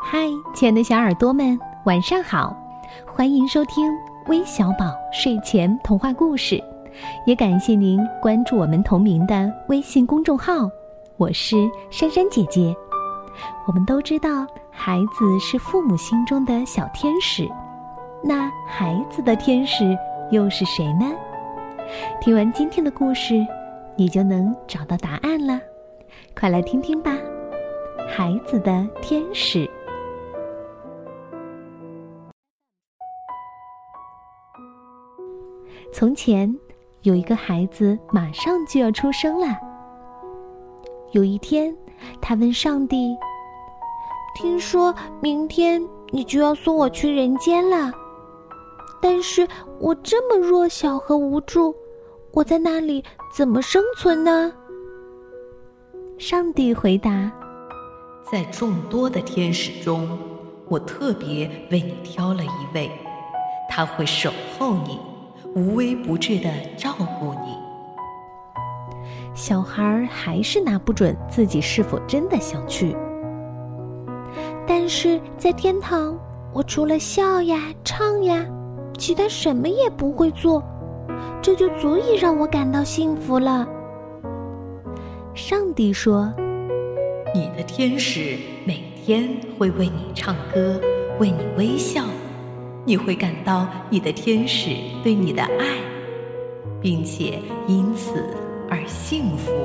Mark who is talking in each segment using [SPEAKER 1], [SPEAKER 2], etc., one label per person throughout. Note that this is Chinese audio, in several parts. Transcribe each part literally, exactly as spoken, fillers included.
[SPEAKER 1] 嗨，亲爱的小耳朵们，晚上好！欢迎收听微小宝睡前童话故事，也感谢您关注我们同名的微信公众号。我是珊珊姐姐。我们都知道，孩子是父母心中的小天使，那孩子的天使又是谁呢？听完今天的故事，你就能找到答案了。快来听听吧，孩子的天使。从前有一个孩子马上就要出生了。有一天，他问上帝：听说明天你就要送我去人间了，但是我这么弱小和无助，我在那里怎么生存呢？上帝回答：
[SPEAKER 2] 在众多的天使中，我特别为你挑了一位，他会守候你，无微不至地照顾你。
[SPEAKER 1] 小孩还是拿不准自己是否真的想去。但是在天堂，我除了笑呀、唱呀，其他什么也不会做，这就足以让我感到幸福了。上帝说：
[SPEAKER 2] 你的天使每天会为你唱歌，为你微笑，你会感到你的天使对你的爱，并且因此而幸福。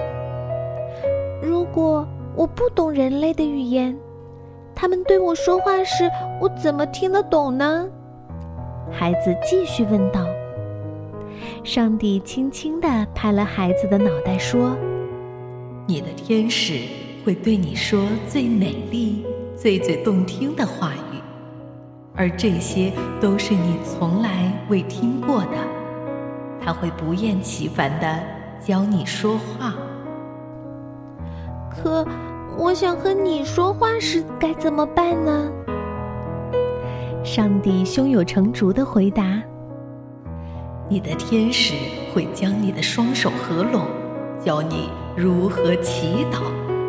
[SPEAKER 1] 如果我不懂人类的语言，他们对我说话时，我怎么听得懂呢？孩子继续问道。上帝轻轻地拍了孩子的脑袋说：
[SPEAKER 2] 你的天使会对你说最美丽、最最动听的话语，而这些都是你从来未听过的。他会不厌其烦地教你说话。可我想和你说话时该怎么办呢？
[SPEAKER 1] 上帝胸有成竹地回答：
[SPEAKER 2] 你的天使会将你的双手合拢，教你如何祈祷。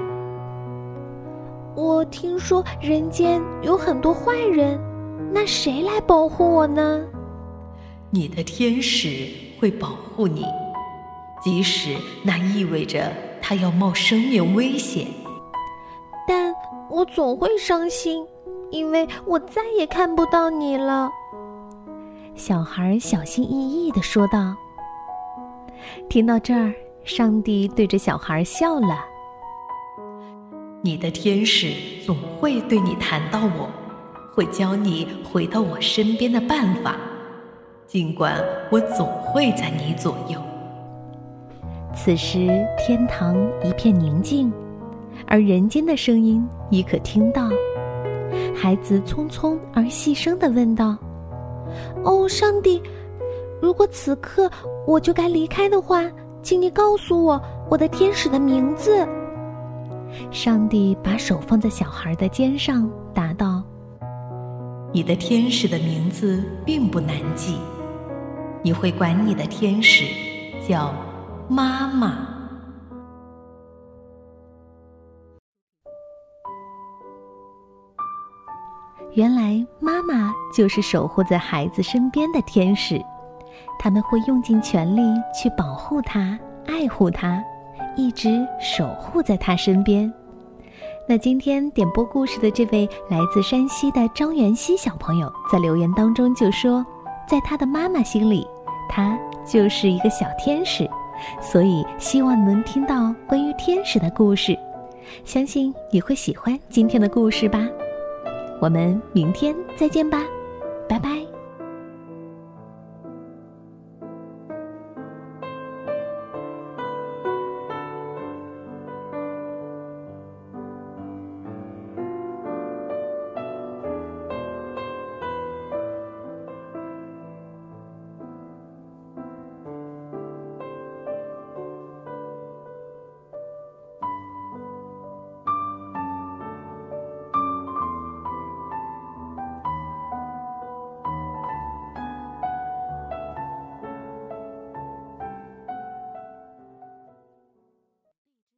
[SPEAKER 1] 我听说人间有很多坏人，那谁来保护我呢？
[SPEAKER 2] 你的天使会保护你，即使那意味着他要冒生命危险。
[SPEAKER 1] 但我总会伤心，因为我再也看不到你了。小孩小心翼翼地说道。听到这儿，上帝对着小孩笑了。
[SPEAKER 2] 你的天使总会对你谈到我，会教你回到我身边的办法，尽管我总会在你左右。
[SPEAKER 1] 此时天堂一片宁静，而人间的声音已可听到。孩子匆匆而细声地问道：哦，上帝，如果此刻我就该离开的话，请你告诉我我的天使的名字。上帝把手放在小孩的肩上，答道：
[SPEAKER 2] 你的天使的名字并不难记，你会管你的天使叫妈妈。
[SPEAKER 1] 原来妈妈就是守护在孩子身边的天使，他们会用尽全力去保护他、爱护他，一直守护在他身边。那今天点播故事的这位来自山西的张元熙小朋友，在留言当中就说，在他的妈妈心里，他就是一个小天使，所以希望能听到关于天使的故事。相信你会喜欢今天的故事吧。我们明天再见吧，拜拜。